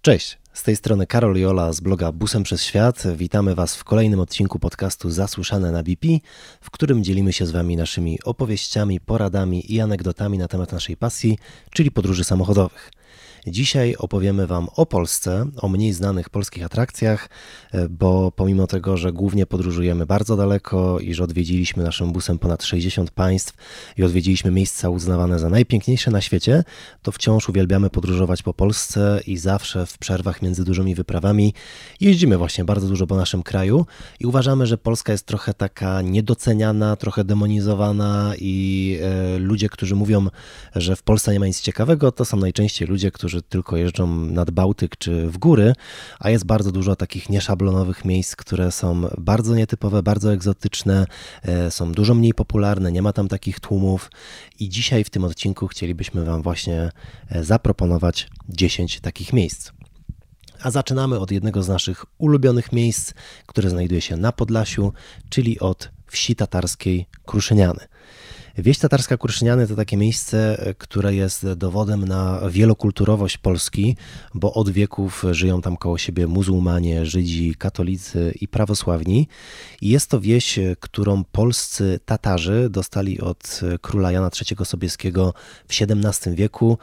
Cześć, z tej strony Karol i Ola z bloga Busem przez Świat. Witamy Was w kolejnym odcinku podcastu Zasłyszane na BP, w którym dzielimy się z Wami naszymi opowieściami, poradami i anegdotami na temat naszej pasji, czyli podróży samochodowych. Dzisiaj opowiemy Wam o Polsce, o mniej znanych polskich atrakcjach, bo pomimo tego, że głównie podróżujemy bardzo daleko i że odwiedziliśmy naszym busem ponad 60 państw i odwiedziliśmy miejsca uznawane za najpiękniejsze na świecie, to wciąż uwielbiamy podróżować po Polsce i zawsze w przerwach między dużymi wyprawami jeździmy właśnie bardzo dużo po naszym kraju i uważamy, że Polska jest trochę taka niedoceniana, trochę demonizowana i ludzie, którzy mówią, że w Polsce nie ma nic ciekawego, to są najczęściej ludzie, którzy tylko jeżdżą nad Bałtyk czy w góry, a jest bardzo dużo takich nieszablonowych miejsc, które są bardzo nietypowe, bardzo egzotyczne, są dużo mniej popularne, nie ma tam takich tłumów i dzisiaj w tym odcinku chcielibyśmy Wam właśnie zaproponować 10 takich miejsc. A zaczynamy od jednego z naszych ulubionych miejsc, które znajduje się na Podlasiu, czyli od wsi tatarskiej Kruszyniany. Wieś tatarska Kruszyniany to takie miejsce, które jest dowodem na wielokulturowość Polski, bo od wieków żyją tam koło siebie muzułmanie, Żydzi, katolicy i prawosławni. I jest to wieś, którą polscy Tatarzy dostali od króla Jana III Sobieskiego w XVII wieku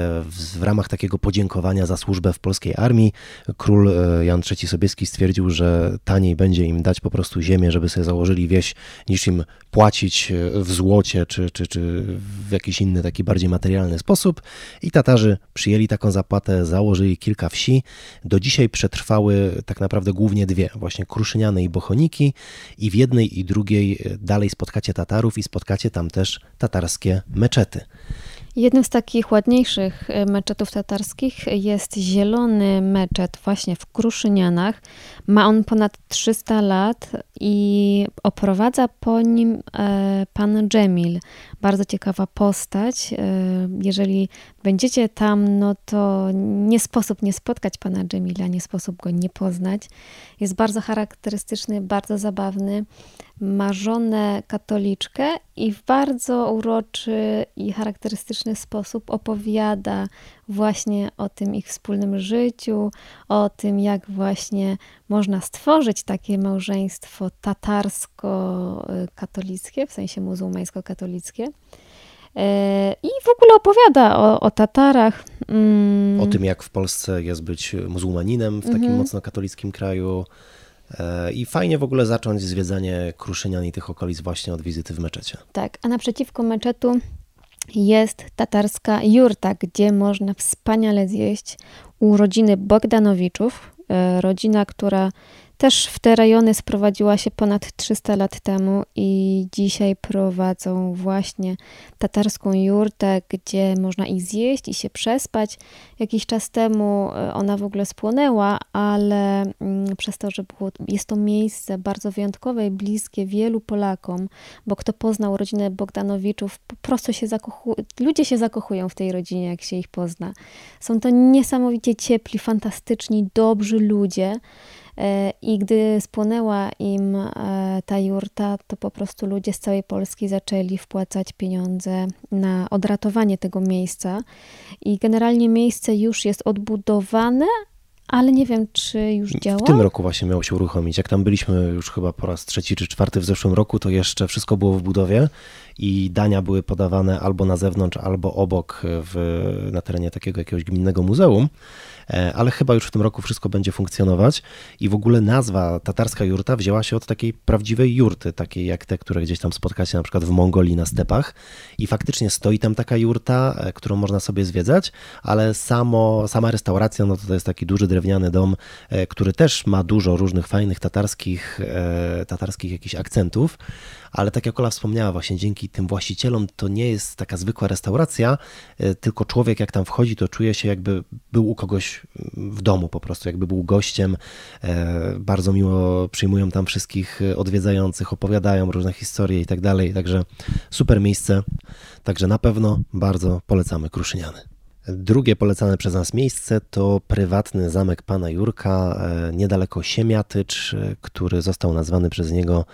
w ramach takiego podziękowania za służbę w polskiej armii. Król Jan III Sobieski stwierdził, że taniej będzie im dać po prostu ziemię, żeby sobie założyli wieś, niż im płacić w złocie czy w jakiś inny taki bardziej materialny sposób i Tatarzy przyjęli taką zapłatę, założyli kilka wsi. Do dzisiaj przetrwały tak naprawdę głównie dwie, właśnie Kruszyniany i Bochoniki i w jednej i drugiej dalej spotkacie Tatarów i spotkacie tam też tatarskie meczety. Jednym z takich ładniejszych meczetów tatarskich jest zielony meczet właśnie w Kruszynianach. Ma on ponad 300 lat i oprowadza po nim pan Dżemil. Bardzo ciekawa postać. Jeżeli będziecie tam, no to nie sposób nie spotkać pana Dżemila, nie sposób go nie poznać. Jest bardzo charakterystyczny, bardzo zabawny. Ma żonę katoliczkę i w bardzo uroczy i charakterystyczny sposób opowiada właśnie o tym ich wspólnym życiu, o tym, jak właśnie można stworzyć takie małżeństwo tatarsko-katolickie, w sensie muzułmańsko-katolickie. I w ogóle opowiada o Tatarach. O tym, jak w Polsce jest być muzułmaninem w takim mocno katolickim kraju. I fajnie w ogóle zacząć zwiedzanie Kruszynian i tych okolic właśnie od wizyty w meczecie. Tak, a naprzeciwko meczetu jest tatarska jurta, gdzie można wspaniale zjeść u rodziny Bogdanowiczów. Rodzina, która też w te rejony sprowadziła się ponad 300 lat temu i dzisiaj prowadzą właśnie tatarską jurtę, gdzie można i zjeść, i się przespać. Jakiś czas temu ona w ogóle spłonęła, ale przez to, że jest to miejsce bardzo wyjątkowe i bliskie wielu Polakom, bo kto poznał rodzinę Bogdanowiczów, po prostu ludzie się zakochują w tej rodzinie, jak się ich pozna. Są to niesamowicie ciepli, fantastyczni, dobrzy ludzie. I gdy spłonęła im ta jurta, to po prostu ludzie z całej Polski zaczęli wpłacać pieniądze na odratowanie tego miejsca. I generalnie miejsce już jest odbudowane, ale nie wiem, czy już działa. W tym roku właśnie miało się uruchomić. Jak tam byliśmy już chyba po raz 3. czy 4. w zeszłym roku, to jeszcze wszystko było w budowie i dania były podawane albo na zewnątrz, albo obok na terenie takiego jakiegoś gminnego muzeum. Ale chyba już w tym roku wszystko będzie funkcjonować i w ogóle nazwa tatarska jurta wzięła się od takiej prawdziwej jurty, takiej jak te, które gdzieś tam spotkacie na przykład w Mongolii na stepach i faktycznie stoi tam taka jurta, którą można sobie zwiedzać, ale sama restauracja, no to jest taki duży drewniany dom, który też ma dużo różnych fajnych tatarskich jakichś akcentów, ale tak jak Ola wspomniała, właśnie dzięki tym właścicielom to nie jest taka zwykła restauracja, tylko człowiek jak tam wchodzi, to czuje się jakby był u kogoś w domu po prostu, jakby był gościem. Bardzo miło przyjmują tam wszystkich odwiedzających, opowiadają różne historie i tak dalej, także super miejsce, także na pewno bardzo polecamy Kruszyniany. Drugie polecane przez nas miejsce to prywatny zamek pana Jurka niedaleko Siemiatycz, który został nazwany przez niego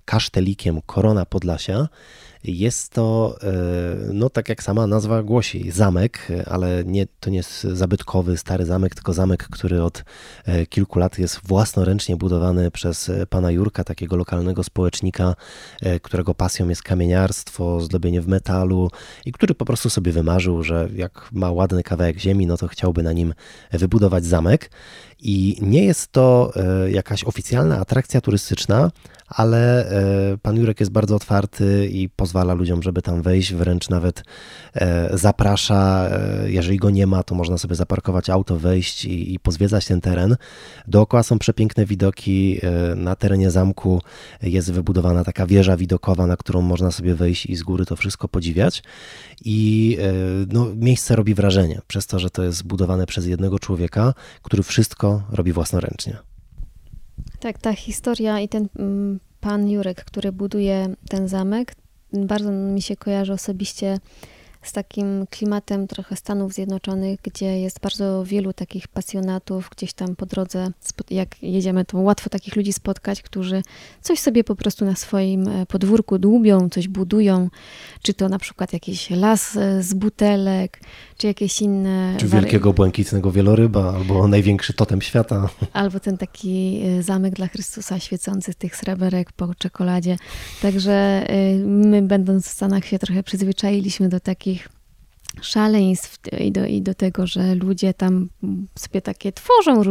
kasztelikiem Korona Podlasia. Jest to, no tak jak sama nazwa głosi, zamek, ale to nie jest zabytkowy, stary zamek, tylko zamek, który od kilku lat jest własnoręcznie budowany przez pana Jurka, takiego lokalnego społecznika, którego pasją jest kamieniarstwo, zdobienie w metalu i który po prostu sobie wymarzył, że jak ma ładny kawałek ziemi, no to chciałby na nim wybudować zamek. I nie jest to jakaś oficjalna atrakcja turystyczna, ale pan Jurek jest bardzo otwarty i pozwala ludziom, żeby tam wejść, wręcz nawet zaprasza, jeżeli go nie ma, to można sobie zaparkować auto, wejść i pozwiedzać ten teren. Dookoła są przepiękne widoki, na terenie zamku jest wybudowana taka wieża widokowa, na którą można sobie wejść i z góry to wszystko podziwiać i no, miejsce robi wrażenie, przez to, że to jest zbudowane przez jednego człowieka, który wszystko robi własnoręcznie. Tak, ta historia i ten pan Jurek, który buduje ten zamek, bardzo mi się kojarzy osobiście z takim klimatem trochę Stanów Zjednoczonych, gdzie jest bardzo wielu takich pasjonatów, gdzieś tam po drodze, jak jedziemy, to łatwo takich ludzi spotkać, którzy coś sobie po prostu na swoim podwórku dłubią, coś budują, czy to na przykład jakiś las z butelek, czy jakieś inne... Czy wielkiego błękitnego wieloryba, albo największy totem świata. Albo ten taki zamek dla Chrystusa świecący z tych sreberek po czekoladzie. Także my, będąc w Stanach, się trochę przyzwyczailiśmy do takich szaleństw i do tego, że ludzie tam sobie takie tworzą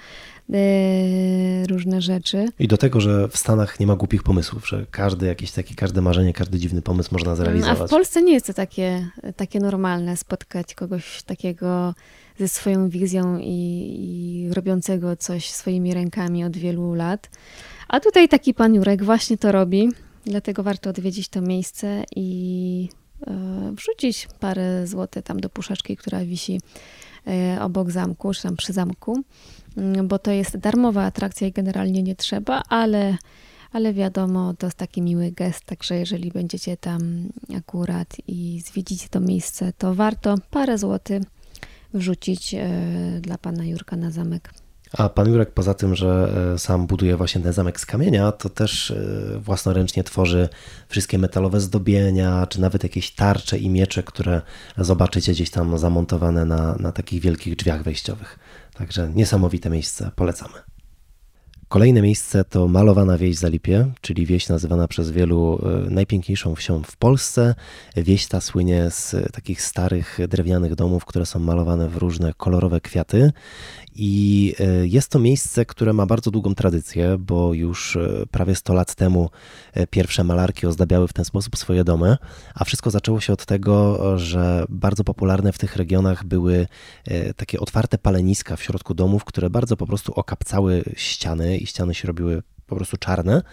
różne rzeczy. I do tego, że w Stanach nie ma głupich pomysłów, że każde marzenie, każdy dziwny pomysł można zrealizować. A w Polsce nie jest to takie normalne spotkać kogoś takiego ze swoją wizją i robiącego coś swoimi rękami od wielu lat. A tutaj taki pan Jurek właśnie to robi, dlatego warto odwiedzić to miejsce i wrzucić parę złotych tam do puszeczki, która wisi obok zamku, czy tam przy zamku, bo to jest darmowa atrakcja i generalnie nie trzeba, ale wiadomo, to jest taki miły gest, także jeżeli będziecie tam akurat i zwiedzicie to miejsce, to warto parę złotych wrzucić dla pana Jurka na zamek. A pan Jurek poza tym, że sam buduje właśnie ten zamek z kamienia, to też własnoręcznie tworzy wszystkie metalowe zdobienia, czy nawet jakieś tarcze i miecze, które zobaczycie gdzieś tam zamontowane na takich wielkich drzwiach wejściowych. Także niesamowite miejsce, polecamy. Kolejne miejsce to Malowana Wieś w Zalipie, czyli wieś nazywana przez wielu najpiękniejszą wsią w Polsce. Wieś ta słynie z takich starych drewnianych domów, które są malowane w różne kolorowe kwiaty. I jest to miejsce, które ma bardzo długą tradycję, bo już prawie 100 lat temu pierwsze malarki ozdabiały w ten sposób swoje domy, a wszystko zaczęło się od tego, że bardzo popularne w tych regionach były takie otwarte paleniska w środku domów, które bardzo po prostu okapcały ściany i ściany się robiły po prostu czarne.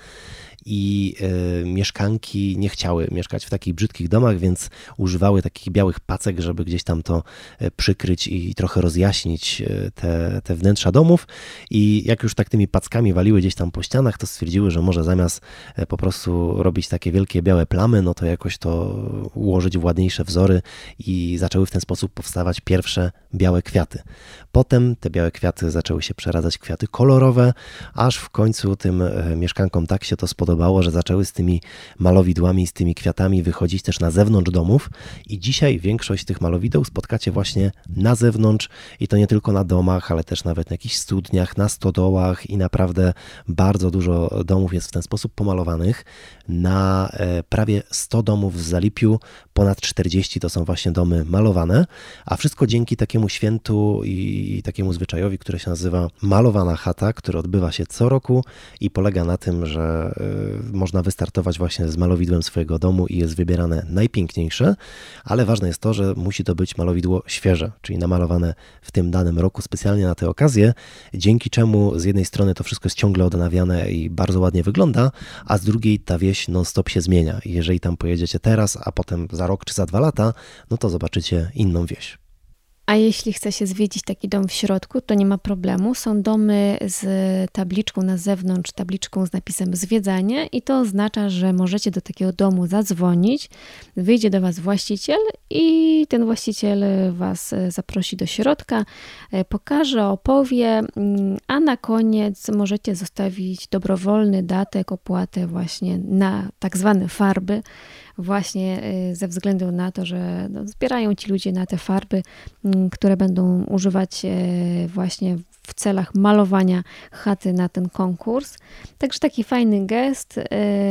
I mieszkanki nie chciały mieszkać w takich brzydkich domach, więc używały takich białych pacek, żeby gdzieś tam to przykryć i trochę rozjaśnić te wnętrza domów. I jak już tak tymi packami waliły gdzieś tam po ścianach, to stwierdziły, że może zamiast po prostu robić takie wielkie białe plamy, no to jakoś to ułożyć w ładniejsze wzory i zaczęły w ten sposób powstawać pierwsze białe kwiaty. Potem te białe kwiaty zaczęły się przeradzać w kwiaty kolorowe, aż w końcu tym mieszkankom tak się to spodobało, że zaczęły z tymi malowidłami, z tymi kwiatami wychodzić też na zewnątrz domów i dzisiaj większość tych malowideł spotkacie właśnie na zewnątrz i to nie tylko na domach, ale też nawet na jakichś studniach, na stodołach i naprawdę bardzo dużo domów jest w ten sposób pomalowanych. Na prawie 100 domów w Zalipiu, ponad 40 to są właśnie domy malowane, a wszystko dzięki takiemu świętu i takiemu zwyczajowi, który się nazywa Malowana Chata, który odbywa się co roku i polega na tym, że można wystartować właśnie z malowidłem swojego domu i jest wybierane najpiękniejsze, ale ważne jest to, że musi to być malowidło świeże, czyli namalowane w tym danym roku specjalnie na tę okazję, dzięki czemu z jednej strony to wszystko jest ciągle odnawiane i bardzo ładnie wygląda, a z drugiej ta wieś non-stop się zmienia i jeżeli tam pojedziecie teraz, a potem za rok czy za 2 lata, no to zobaczycie inną wieś. A jeśli chce się zwiedzić taki dom w środku, to nie ma problemu. Są domy z tabliczką na zewnątrz, tabliczką z napisem zwiedzanie i to oznacza, że możecie do takiego domu zadzwonić, wyjdzie do was właściciel i ten właściciel was zaprosi do środka, pokaże, opowie, a na koniec możecie zostawić dobrowolny datek, opłatę właśnie na tak zwane farby, właśnie ze względu na to, że zbierają ci ludzie na te farby, które będą używać właśnie w celach malowania chaty na ten konkurs. Także taki fajny gest.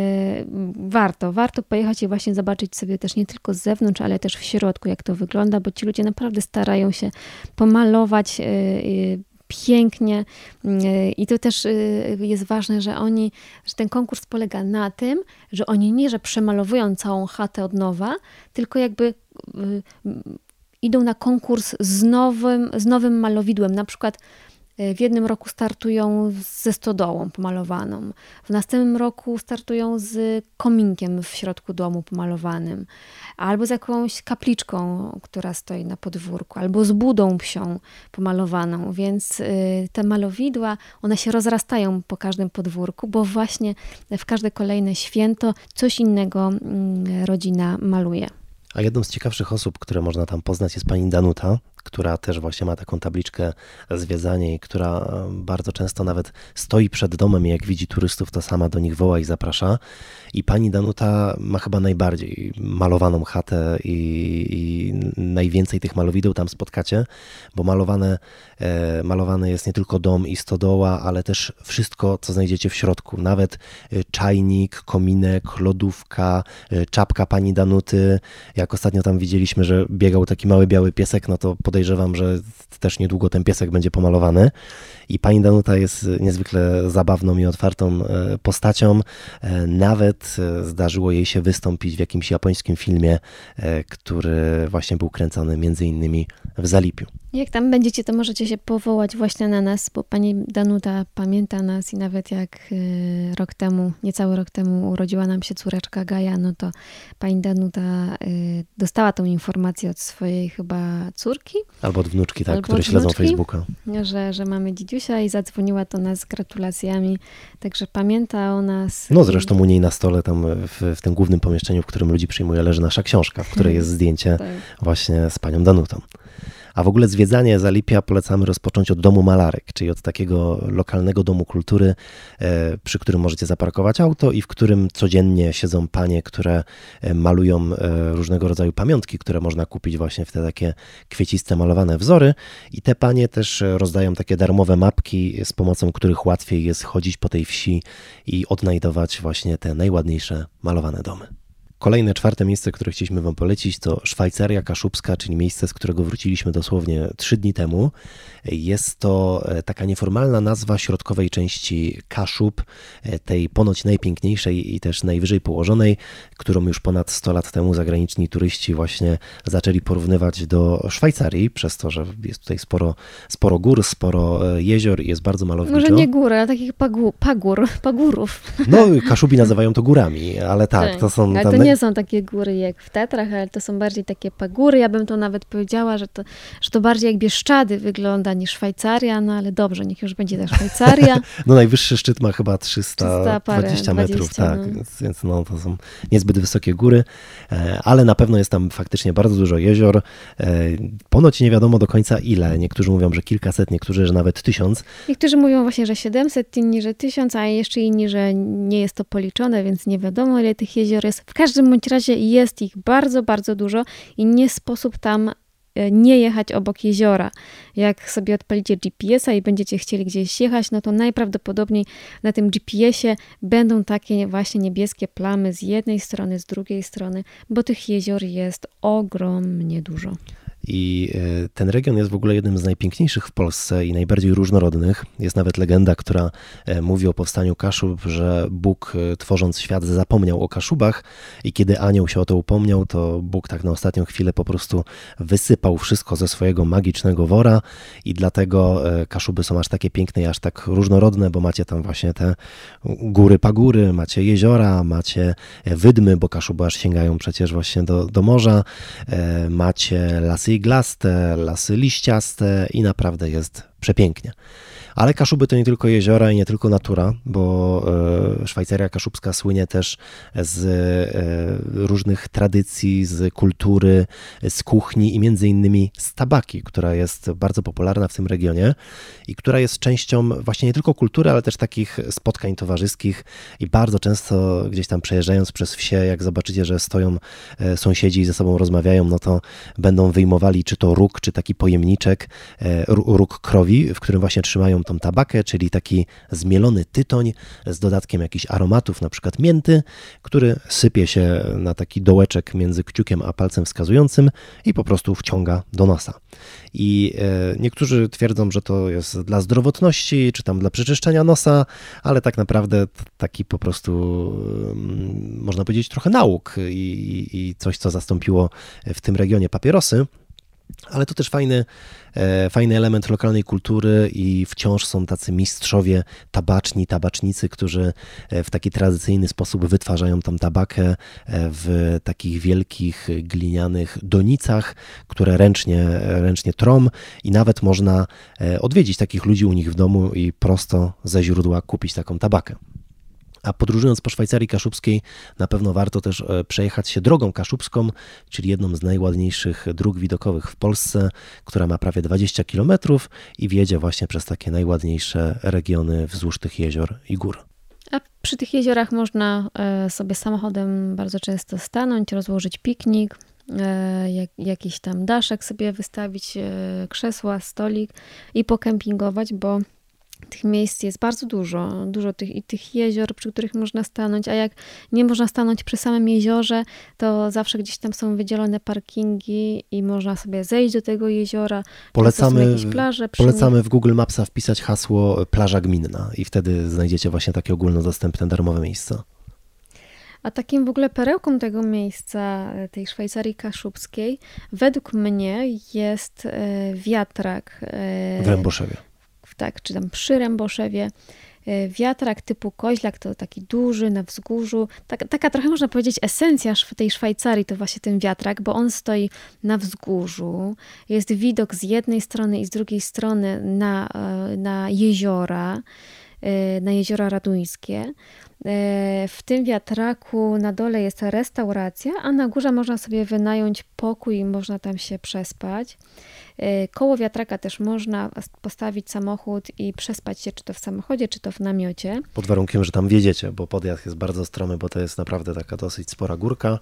Warto pojechać i właśnie zobaczyć sobie też nie tylko z zewnątrz, ale też w środku, jak to wygląda, bo ci ludzie naprawdę starają się pomalować pięknie i to też jest ważne, że ten konkurs polega na tym, że oni nie, że przemalowują całą chatę od nowa, tylko jakby idą na konkurs z nowym malowidłem. Na przykład w jednym roku startują ze stodołą pomalowaną, w następnym roku startują z kominkiem w środku domu pomalowanym, albo z jakąś kapliczką, która stoi na podwórku, albo z budą psią pomalowaną, więc te malowidła, one się rozrastają po każdym podwórku, bo właśnie w każde kolejne święto coś innego rodzina maluje. A jedną z ciekawszych osób, które można tam poznać, jest pani Danuta, która też właśnie ma taką tabliczkę zwiedzanie i która bardzo często nawet stoi przed domem i jak widzi turystów, to sama do nich woła i zaprasza. I pani Danuta ma chyba najbardziej malowaną chatę i najwięcej tych malowideł tam spotkacie, bo malowane jest nie tylko dom i stodoła, ale też wszystko, co znajdziecie w środku. Nawet czajnik, kominek, lodówka, czapka pani Danuty. Jak ostatnio tam widzieliśmy, że biegał taki mały biały piesek, no to podejrzewam, że też niedługo ten piesek będzie pomalowany. I pani Danuta jest niezwykle zabawną i otwartą postacią. Nawet zdarzyło jej się wystąpić w jakimś japońskim filmie, który właśnie był kręcony między innymi w Zalipiu. Jak tam będziecie, to możecie się powołać właśnie na nas, bo pani Danuta pamięta nas i nawet jak niecały rok temu urodziła nam się córeczka Gaja, no to pani Danuta dostała tą informację od swojej chyba córki. Albo od wnuczki, tak, które śledzą Facebooka. Że mamy dzidziusia i zadzwoniła do nas z gratulacjami, także pamięta o nas. No zresztą u niej na stole tam w tym głównym pomieszczeniu, w którym ludzi przyjmuje, leży nasza książka, w której jest zdjęcie tak. Właśnie z panią Danutą. A w ogóle zwiedzanie Zalipia polecamy rozpocząć od Domu Malarek, czyli od takiego lokalnego domu kultury, przy którym możecie zaparkować auto i w którym codziennie siedzą panie, które malują różnego rodzaju pamiątki, które można kupić właśnie w te takie kwieciste, malowane wzory. I te panie też rozdają takie darmowe mapki, z pomocą których łatwiej jest chodzić po tej wsi i odnajdować właśnie te najładniejsze malowane domy. Kolejne, czwarte miejsce, które chcieliśmy wam polecić, to Szwajcaria Kaszubska, czyli miejsce, z którego wróciliśmy dosłownie 3 dni temu. Jest to taka nieformalna nazwa środkowej części Kaszub, tej ponoć najpiękniejszej i też najwyżej położonej, którą już ponad 100 lat temu zagraniczni turyści właśnie zaczęli porównywać do Szwajcarii, przez to, że jest tutaj sporo gór, sporo jezior i jest bardzo malowniczo. Może nie góry, ale takich pagórów. No, Kaszubi nazywają to górami, ale tak, to są... Ale to nie są takie góry jak w Tatrach, ale to są bardziej takie pagóry. Ja bym to nawet powiedziała, że to bardziej jak Bieszczady wygląda niż Szwajcaria, no ale dobrze, niech już będzie ta Szwajcaria. No najwyższy szczyt ma chyba 320 metrów, tak, więc no, to są niezbyt wysokie góry, ale na pewno jest tam faktycznie bardzo dużo jezior. Ponoć nie wiadomo do końca ile. Niektórzy mówią, że kilkaset, niektórzy, że nawet 1000. Niektórzy mówią właśnie, że 700, inni, że 1000, a jeszcze inni, że nie jest to policzone, więc nie wiadomo ile tych jezior jest. W każdym bądź razie jest ich bardzo, bardzo dużo i nie sposób tam nie jechać obok jeziora. Jak sobie odpalicie GPS-a i będziecie chcieli gdzieś jechać, no to najprawdopodobniej na tym GPS-ie będą takie właśnie niebieskie plamy z jednej strony, z drugiej strony, bo tych jezior jest ogromnie dużo. I ten region jest w ogóle jednym z najpiękniejszych w Polsce i najbardziej różnorodnych. Jest nawet legenda, która mówi o powstaniu Kaszub, że Bóg, tworząc świat, zapomniał o Kaszubach i kiedy anioł się o to upomniał, to Bóg tak na ostatnią chwilę po prostu wysypał wszystko ze swojego magicznego wora i dlatego Kaszuby są aż takie piękne i aż tak różnorodne, bo macie tam właśnie te góry, pagóry, macie jeziora, macie wydmy, bo Kaszuby aż sięgają przecież właśnie do morza, macie lasy iglaste, lasy liściaste i naprawdę jest przepięknie. Ale Kaszuby to nie tylko jeziora i nie tylko natura, bo Szwajcaria kaszubska słynie też z różnych tradycji, z kultury, z kuchni i między innymi z tabaki, która jest bardzo popularna w tym regionie i która jest częścią właśnie nie tylko kultury, ale też takich spotkań towarzyskich i bardzo często gdzieś tam przejeżdżając przez wsie, jak zobaczycie, że stoją sąsiedzi i ze sobą rozmawiają, no to będą wyjmowali czy to róg, czy taki pojemniczek, róg krowi, w którym właśnie trzymają tą tabakę, czyli taki zmielony tytoń z dodatkiem jakichś aromatów, na przykład mięty, który sypie się na taki dołeczek między kciukiem a palcem wskazującym i po prostu wciąga do nosa. I niektórzy twierdzą, że to jest dla zdrowotności, czy tam dla przeczyszczenia nosa, ale tak naprawdę taki po prostu, można powiedzieć, trochę nauk i coś, co zastąpiło w tym regionie papierosy. Ale to też fajny element lokalnej kultury i wciąż są tacy mistrzowie tabaczni, tabacznicy, którzy w taki tradycyjny sposób wytwarzają tam tabakę w takich wielkich glinianych donicach, które ręcznie trą i nawet można odwiedzić takich ludzi u nich w domu i prosto ze źródła kupić taką tabakę. A podróżując po Szwajcarii kaszubskiej na pewno warto też przejechać się drogą kaszubską, czyli jedną z najładniejszych dróg widokowych w Polsce, która ma prawie 20 km i wiedzie właśnie przez takie najładniejsze regiony wzdłuż tych jezior i gór. A przy tych jeziorach można sobie samochodem bardzo często stanąć, rozłożyć piknik, jakiś tam daszek sobie wystawić, krzesła, stolik i pokampingować, bo tych miejsc jest bardzo dużo tych jezior, przy których można stanąć, a jak nie można stanąć przy samym jeziorze, to zawsze gdzieś tam są wydzielone parkingi i można sobie zejść do tego jeziora. Polecamy w Google Mapsa wpisać hasło plaża gminna i wtedy znajdziecie właśnie takie ogólnodostępne, darmowe miejsca. A takim w ogóle perełką tego miejsca, tej Szwajcarii kaszubskiej, według mnie jest wiatrak. W Ręboszewie. Tak, czy tam przy Ręboszewie. Wiatrak typu koźlak to taki duży na wzgórzu. Taka trochę można powiedzieć esencja tej Szwajcarii to właśnie ten wiatrak, bo on stoi na wzgórzu. Jest widok z jednej strony i z drugiej strony na jeziora raduńskie. W tym wiatraku na dole jest restauracja, a na górze można sobie wynająć pokój i można tam się przespać. Koło wiatraka też można postawić samochód i przespać się czy to w samochodzie, czy to w namiocie. Pod warunkiem, że tam wjedziecie, bo podjazd jest bardzo stromy, bo to jest naprawdę taka dosyć spora górka.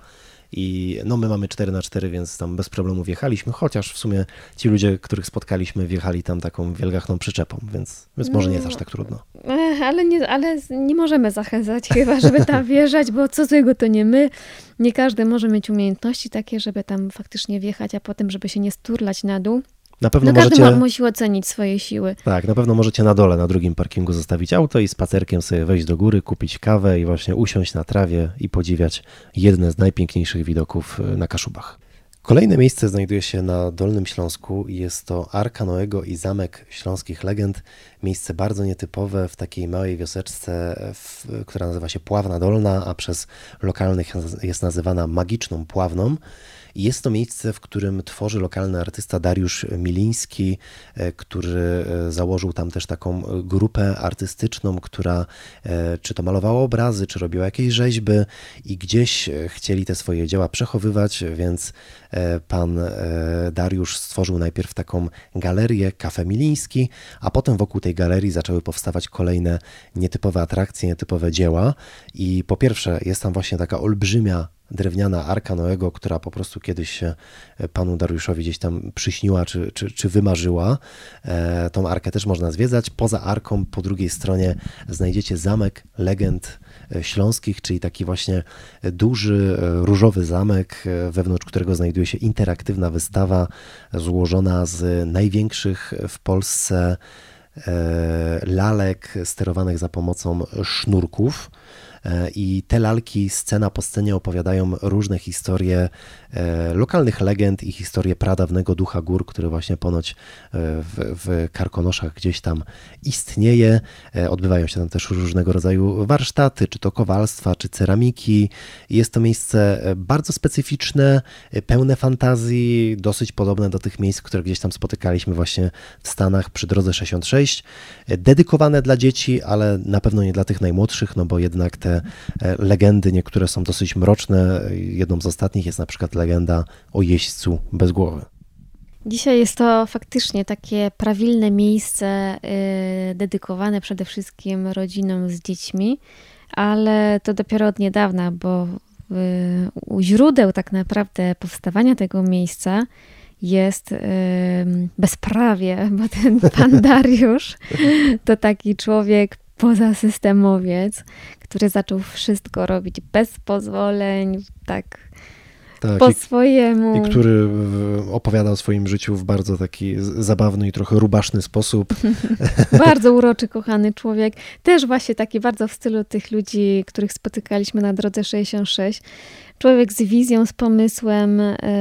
I no my mamy 4x4, więc tam bez problemu wjechaliśmy, chociaż w sumie ci ludzie, których spotkaliśmy, wjechali tam taką wielgachną przyczepą, więc może nie jest aż tak trudno. Ale nie możemy zachęcać chyba, żeby tam wjeżdżać, bo co złego to nie my. Nie każdy może mieć umiejętności takie, żeby tam faktycznie wjechać, a potem, żeby się nie sturlać na dół. Na pewno każdy musi ocenić swoje siły. Tak, na pewno możecie na dole, na drugim parkingu zostawić auto i spacerkiem sobie wejść do góry, kupić kawę i właśnie usiąść na trawie i podziwiać jedne z najpiękniejszych widoków na Kaszubach. Kolejne miejsce znajduje się na Dolnym Śląsku i jest to Arka Noego i Zamek Śląskich Legend. Miejsce bardzo nietypowe w takiej małej wioseczce, która nazywa się Pławna Dolna, a przez lokalnych jest nazywana Magiczną Pławną. Jest to miejsce, w którym tworzy lokalny artysta Dariusz Miliński, który założył tam też taką grupę artystyczną, która czy to malowała obrazy, czy robiła jakieś rzeźby i gdzieś chcieli te swoje dzieła przechowywać, więc pan Dariusz stworzył najpierw taką galerię Cafe Miliński, a potem wokół tej galerii zaczęły powstawać kolejne nietypowe atrakcje, nietypowe dzieła i po pierwsze jest tam właśnie taka olbrzymia drewniana Arka Noego, która po prostu kiedyś się panu Dariuszowi gdzieś tam przyśniła czy wymarzyła. Tą arkę też można zwiedzać. Poza arką po drugiej stronie znajdziecie Zamek Legend Śląskich, czyli taki właśnie duży, różowy zamek, wewnątrz którego znajduje się interaktywna wystawa złożona z największych w Polsce lalek sterowanych za pomocą sznurków. i te lalki scena po scenie opowiadają różne historie lokalnych legend i historie pradawnego ducha gór, który właśnie ponoć w Karkonoszach gdzieś tam istnieje. Odbywają się tam też różnego rodzaju warsztaty, czy to kowalstwa, czy ceramiki. Jest to miejsce bardzo specyficzne, pełne fantazji, dosyć podobne do tych miejsc, które gdzieś tam spotykaliśmy właśnie w Stanach przy drodze 66. Dedykowane dla dzieci, ale na pewno nie dla tych najmłodszych, no bo jednak te legendy niektóre są dosyć mroczne. Jedną z ostatnich jest na przykład legenda o jeźdźcu bez głowy. Dzisiaj jest to faktycznie takie prawilne miejsce dedykowane przede wszystkim rodzinom z dziećmi, ale to dopiero od niedawna, bo u źródeł tak naprawdę powstawania tego miejsca jest bezprawie, bo ten pan Dariusz to taki człowiek pozasystemowiec, który zaczął wszystko robić bez pozwoleń, tak po swojemu. I który opowiada o swoim życiu w bardzo taki zabawny i trochę rubaszny sposób. Bardzo uroczy, kochany człowiek. Też właśnie taki bardzo w stylu tych ludzi, których spotykaliśmy na drodze 66. Człowiek z wizją, z pomysłem,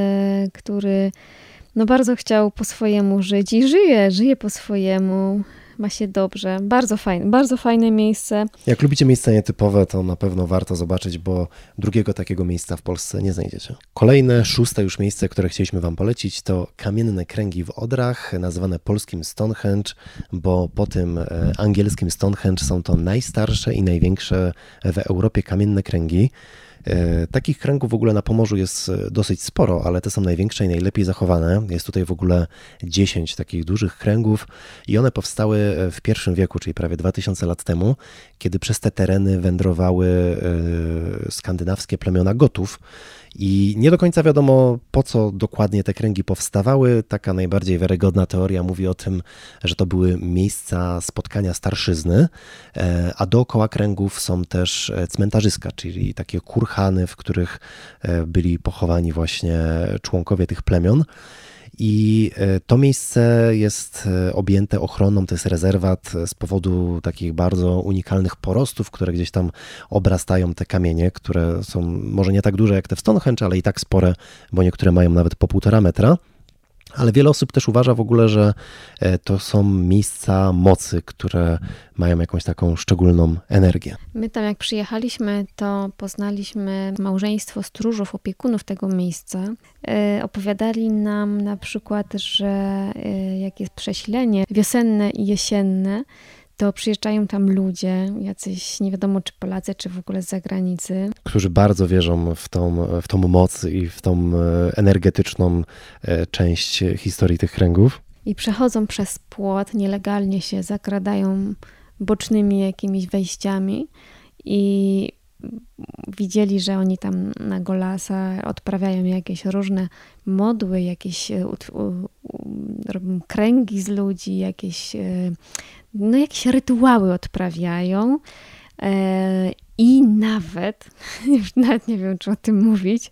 który no bardzo chciał po swojemu żyć i żyje po swojemu. Ma się dobrze. Bardzo fajne miejsce. Jak lubicie miejsca nietypowe, to na pewno warto zobaczyć, bo drugiego takiego miejsca w Polsce nie znajdziecie. Kolejne, 6. już miejsce, które chcieliśmy wam polecić, to Kamienne Kręgi w Odrach, nazywane polskim Stonehenge, bo po tym angielskim Stonehenge są to najstarsze i największe w Europie kamienne kręgi. Takich kręgów w ogóle na Pomorzu jest dosyć sporo, ale te są największe i najlepiej zachowane. Jest tutaj w ogóle 10 takich dużych kręgów i one powstały w I wieku, czyli prawie 2000 lat temu, kiedy przez te tereny wędrowały skandynawskie plemiona Gotów. I nie do końca wiadomo, po co dokładnie te kręgi powstawały. Taka najbardziej wiarygodna teoria mówi o tym, że to były miejsca spotkania starszyzny, a dookoła kręgów są też cmentarzyska, czyli takie kurhany, w których byli pochowani właśnie członkowie tych plemion. I to miejsce jest objęte ochroną, to jest rezerwat z powodu takich bardzo unikalnych porostów, które gdzieś tam obrastają te kamienie, które są może nie tak duże jak te w Stonehenge, ale i tak spore, bo niektóre mają nawet po 1,5 metra. Ale wiele osób też uważa w ogóle, że to są miejsca mocy, które mają jakąś taką szczególną energię. My tam jak przyjechaliśmy, to poznaliśmy małżeństwo stróżów, opiekunów tego miejsca. Opowiadali nam na przykład, że jak jest przesilenie wiosenne i jesienne, to przyjeżdżają tam ludzie, jacyś nie wiadomo czy Polacy, czy w ogóle z zagranicy. Którzy bardzo wierzą w tą moc i w tą energetyczną część historii tych kręgów. I przechodzą przez płot, nielegalnie się zakradają bocznymi jakimiś wejściami i widzieli, że oni tam na Golasa odprawiają jakieś różne modły, jakieś robią kręgi z ludzi, jakieś rytuały odprawiają i nawet, już nawet nie wiem, czy o tym mówić,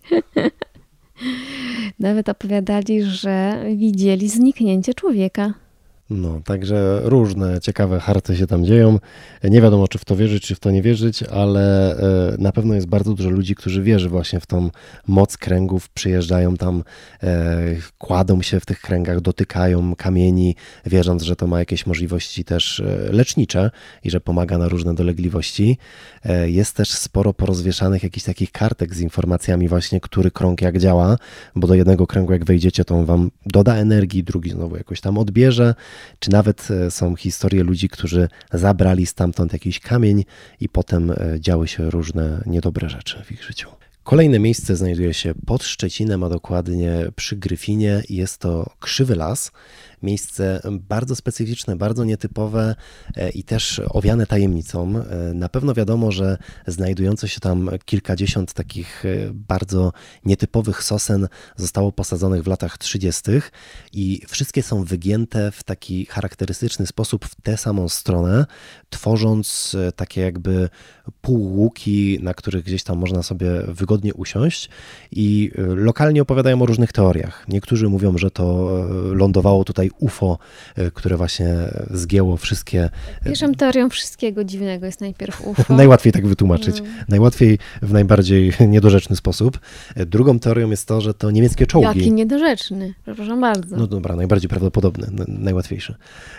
nawet opowiadali, że widzieli zniknięcie człowieka. No, także różne ciekawe harty się tam dzieją. Nie wiadomo, czy w to wierzyć, czy w to nie wierzyć, ale na pewno jest bardzo dużo ludzi, którzy wierzy właśnie w tą moc kręgów, przyjeżdżają tam, kładą się w tych kręgach, dotykają kamieni, wierząc, że to ma jakieś możliwości też lecznicze i że pomaga na różne dolegliwości. Jest też sporo porozwieszanych jakichś takich kartek z informacjami właśnie, który krąg jak działa, bo do jednego kręgu jak wejdziecie, to on wam doda energii, drugi znowu jakoś tam odbierze. Czy nawet są historie ludzi, którzy zabrali stamtąd jakiś kamień i potem działy się różne niedobre rzeczy w ich życiu. Kolejne miejsce znajduje się pod Szczecinem, a dokładnie przy Gryfinie. Jest to Krzywy Las. Miejsce bardzo specyficzne, bardzo nietypowe i też owiane tajemnicą. Na pewno wiadomo, że znajdujące się tam kilkadziesiąt takich bardzo nietypowych sosen zostało posadzonych w latach 30. i wszystkie są wygięte w taki charakterystyczny sposób w tę samą stronę, tworząc takie jakby półłuki, na których gdzieś tam można sobie wygodnie wygodnie usiąść i lokalnie opowiadają o różnych teoriach. Niektórzy mówią, że to lądowało tutaj UFO, które właśnie zgięło wszystkie... Pierwszą teorią wszystkiego dziwnego jest najpierw UFO. Najłatwiej tak wytłumaczyć. Najłatwiej w najbardziej niedorzeczny sposób. Drugą teorią jest to, że to niemieckie czołgi. Jaki niedorzeczny, przepraszam bardzo. No dobra, najbardziej prawdopodobny, najłatwiejszy.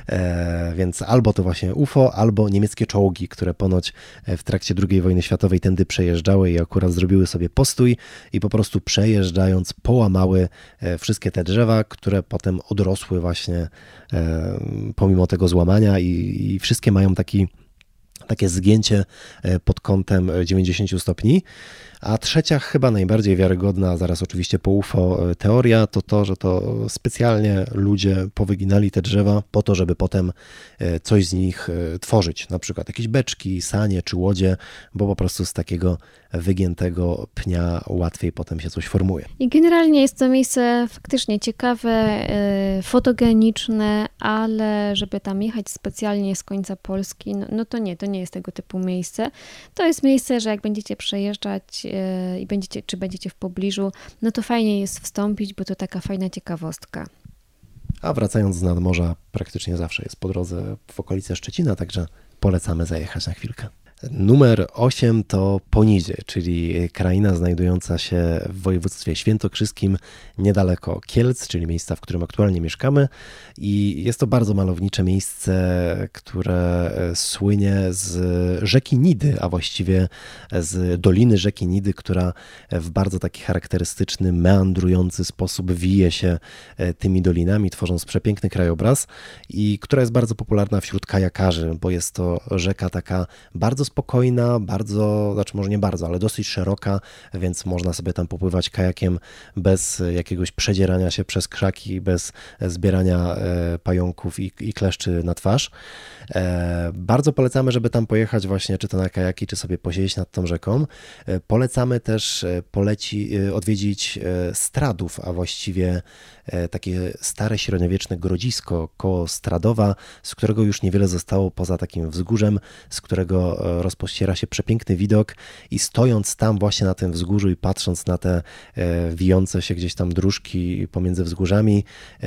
Więc albo to właśnie UFO, albo niemieckie czołgi, które ponoć w trakcie II wojny światowej tędy przejeżdżały i akurat zrobiły sobie postój i po prostu przejeżdżając połamały wszystkie te drzewa, które potem odrosły właśnie pomimo tego złamania i wszystkie mają takie zgięcie pod kątem 90 stopni. A trzecia, chyba najbardziej wiarygodna, zaraz oczywiście po UFO, teoria to to, że to specjalnie ludzie powyginali te drzewa po to, żeby potem coś z nich tworzyć, na przykład jakieś beczki, sanie czy łodzie, bo po prostu z takiego wygiętego pnia łatwiej potem się coś formuje. I generalnie jest to miejsce faktycznie ciekawe, fotogeniczne, ale żeby tam jechać specjalnie z końca Polski, no to nie jest tego typu miejsce. To jest miejsce, że jak będziecie przejeżdżać i będziecie w pobliżu, no to fajnie jest wstąpić, bo to taka fajna ciekawostka. A wracając z nadmorza, praktycznie zawsze jest po drodze w okolice Szczecina, także polecamy zajechać na chwilkę. Numer 8 to Ponidzie, czyli kraina znajdująca się w województwie świętokrzyskim niedaleko Kielc, czyli miejsca, w którym aktualnie mieszkamy. I jest to bardzo malownicze miejsce, które słynie z rzeki Nidy, a właściwie z doliny rzeki Nidy, która w bardzo taki charakterystyczny, meandrujący sposób wije się tymi dolinami, tworząc przepiękny krajobraz i która jest bardzo popularna wśród kajakarzy, bo jest to rzeka taka bardzo spokojna, znaczy może nie bardzo, ale dosyć szeroka, więc można sobie tam popływać kajakiem bez jakiegoś przedzierania się przez krzaki, bez zbierania pająków i kleszczy na twarz. Bardzo polecamy, żeby tam pojechać właśnie, czy to na kajaki, czy sobie posiedzieć nad tą rzeką. Polecamy też odwiedzić Stradów, a właściwie takie stare średniowieczne grodzisko koło Stradowa, z którego już niewiele zostało poza takim wzgórzem, z którego rozpościera się przepiękny widok i stojąc tam właśnie na tym wzgórzu i patrząc na te wijące się gdzieś tam dróżki pomiędzy wzgórzami,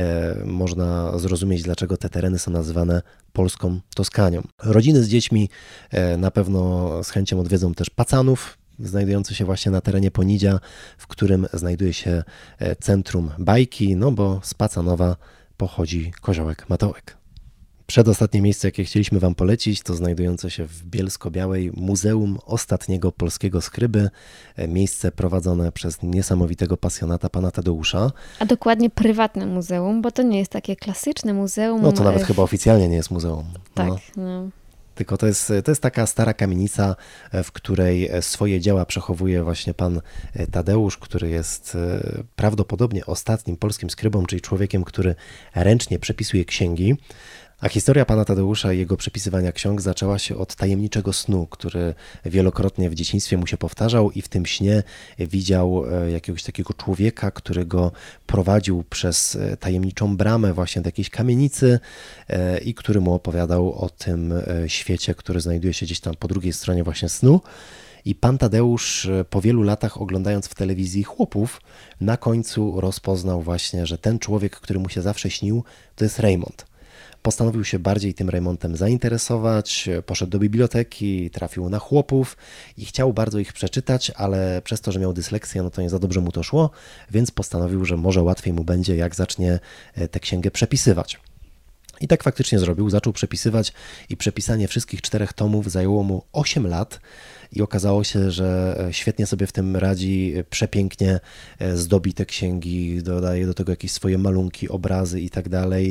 można zrozumieć, dlaczego te tereny są nazywane polską Toskanią. Rodziny z dziećmi na pewno z chęcią odwiedzą też Pacanów, znajdujący się właśnie na terenie Ponidzia, w którym znajduje się centrum bajki, no bo z Pacanowa pochodzi koziołek Matołek. Przedostatnie miejsce, jakie chcieliśmy Wam polecić, to znajdujące się w Bielsko-Białej Muzeum Ostatniego Polskiego Skryby. Miejsce prowadzone przez niesamowitego pasjonata pana Tadeusza. A dokładnie prywatne muzeum, bo to nie jest takie klasyczne muzeum. No to nawet chyba oficjalnie nie jest muzeum. Tak, no. Tylko to jest taka stara kamienica, w której swoje dzieła przechowuje właśnie pan Tadeusz, który jest prawdopodobnie ostatnim polskim skrybą, czyli człowiekiem, który ręcznie przepisuje księgi. A historia pana Tadeusza i jego przepisywania ksiąg zaczęła się od tajemniczego snu, który wielokrotnie w dzieciństwie mu się powtarzał i w tym śnie widział jakiegoś takiego człowieka, który go prowadził przez tajemniczą bramę właśnie do jakiejś kamienicy i który mu opowiadał o tym świecie, który znajduje się gdzieś tam po drugiej stronie właśnie snu. I pan Tadeusz po wielu latach oglądając w telewizji Chłopów na końcu rozpoznał właśnie, że ten człowiek, który mu się zawsze śnił, to jest Rejmont. Postanowił się bardziej tym Rejmontem zainteresować, poszedł do biblioteki, trafił na Chłopów i chciał bardzo ich przeczytać, ale przez to, że miał dysleksję, no to nie za dobrze mu to szło, więc postanowił, że może łatwiej mu będzie, jak zacznie tę księgę przepisywać. I tak faktycznie zrobił, zaczął przepisywać i przepisanie wszystkich 4 tomów zajęło mu 8 lat i okazało się, że świetnie sobie w tym radzi, przepięknie zdobi te księgi, dodaje do tego jakieś swoje malunki, obrazy i tak dalej.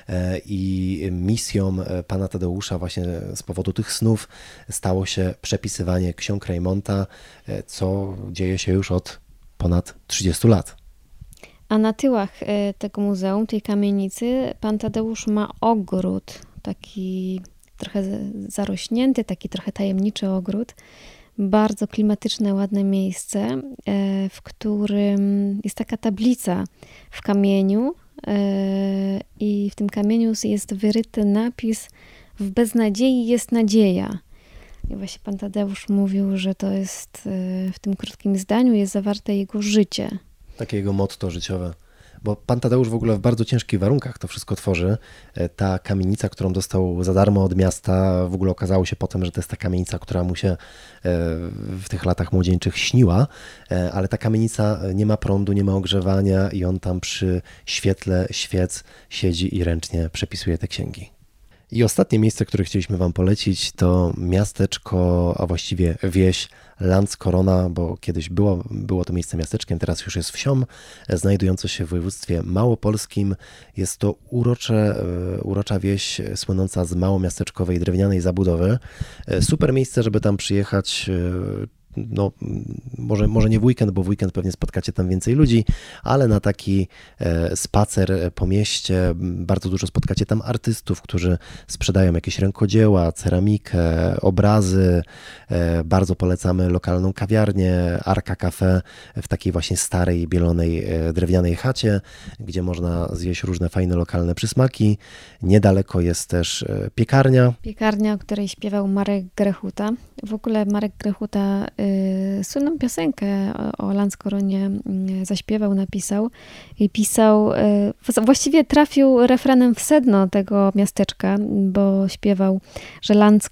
I misją pana Tadeusza właśnie z powodu tych snów stało się przepisywanie ksiąg Rejmonta, co dzieje się już od ponad 30 lat. A na tyłach tego muzeum, tej kamienicy, pan Tadeusz ma ogród, taki trochę zarośnięty, taki trochę tajemniczy ogród. Bardzo klimatyczne, ładne miejsce, w którym jest taka tablica w kamieniu i w tym kamieniu jest wyryty napis: w beznadziei jest nadzieja. I właśnie pan Tadeusz mówił, że to jest w tym krótkim zdaniu jest zawarte jego życie. Takie jego motto życiowe. Bo pan Tadeusz w ogóle w bardzo ciężkich warunkach to wszystko tworzy. Ta kamienica, którą dostał za darmo od miasta, w ogóle okazało się potem, że to jest ta kamienica, która mu się w tych latach młodzieńczych śniła, ale ta kamienica nie ma prądu, nie ma ogrzewania i on tam przy świetle świec siedzi i ręcznie przepisuje te księgi. I ostatnie miejsce, które chcieliśmy wam polecić, to miasteczko, a właściwie wieś Landskrona, bo kiedyś było to miejsce miasteczkiem, teraz już jest wsią, znajdujące się w województwie małopolskim. Jest to urocza wieś słynąca z małomiasteczkowej drewnianej zabudowy. Super miejsce, żeby tam przyjechać. No, może nie w weekend, bo w weekend pewnie spotkacie tam więcej ludzi, ale na taki spacer po mieście bardzo dużo spotkacie tam artystów, którzy sprzedają jakieś rękodzieła, ceramikę, obrazy. Bardzo polecamy lokalną kawiarnię Arka Cafe w takiej właśnie starej, bielonej, drewnianej chacie, gdzie można zjeść różne fajne lokalne przysmaki. Niedaleko jest też piekarnia. Piekarnia, o której śpiewał Marek Grechuta. W ogóle Marek Grechuta słynną piosenkę o Landskronie zaśpiewał, napisał i pisał, właściwie trafił refrenem w sedno tego miasteczka, bo śpiewał, że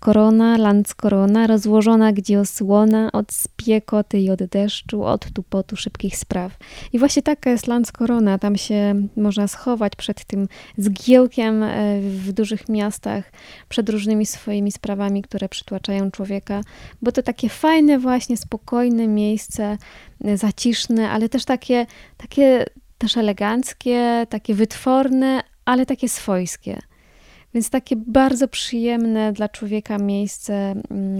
Landskrona, rozłożona gdzie osłona od spiekoty i od deszczu, od tupotu szybkich spraw. I właśnie taka jest Landskrona, tam się można schować przed tym zgiełkiem w dużych miastach, przed różnymi swoimi sprawami, które przytłaczają człowieka, bo to takie fajne właśnie, spokojne miejsce, zaciszne, ale też takie też eleganckie, takie wytworne, ale takie swojskie. Więc takie bardzo przyjemne dla człowieka miejsce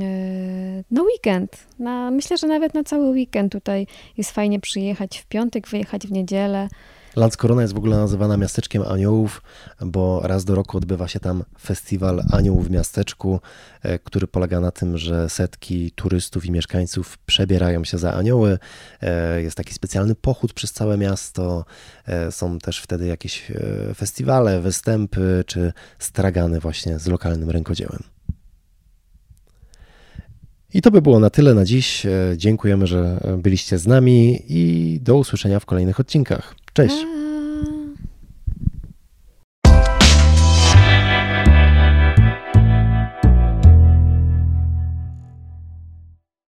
na weekend. Myślę, że nawet na cały weekend tutaj jest fajnie przyjechać w piątek, wyjechać w niedzielę. Landskrona jest w ogóle nazywana miasteczkiem aniołów, bo raz do roku odbywa się tam festiwal aniołów w miasteczku, który polega na tym, że setki turystów i mieszkańców przebierają się za anioły. Jest taki specjalny pochód przez całe miasto. Są też wtedy jakieś festiwale, występy czy stragany właśnie z lokalnym rękodziełem. I to by było na tyle na dziś. Dziękujemy, że byliście z nami i do usłyszenia w kolejnych odcinkach. Cześć!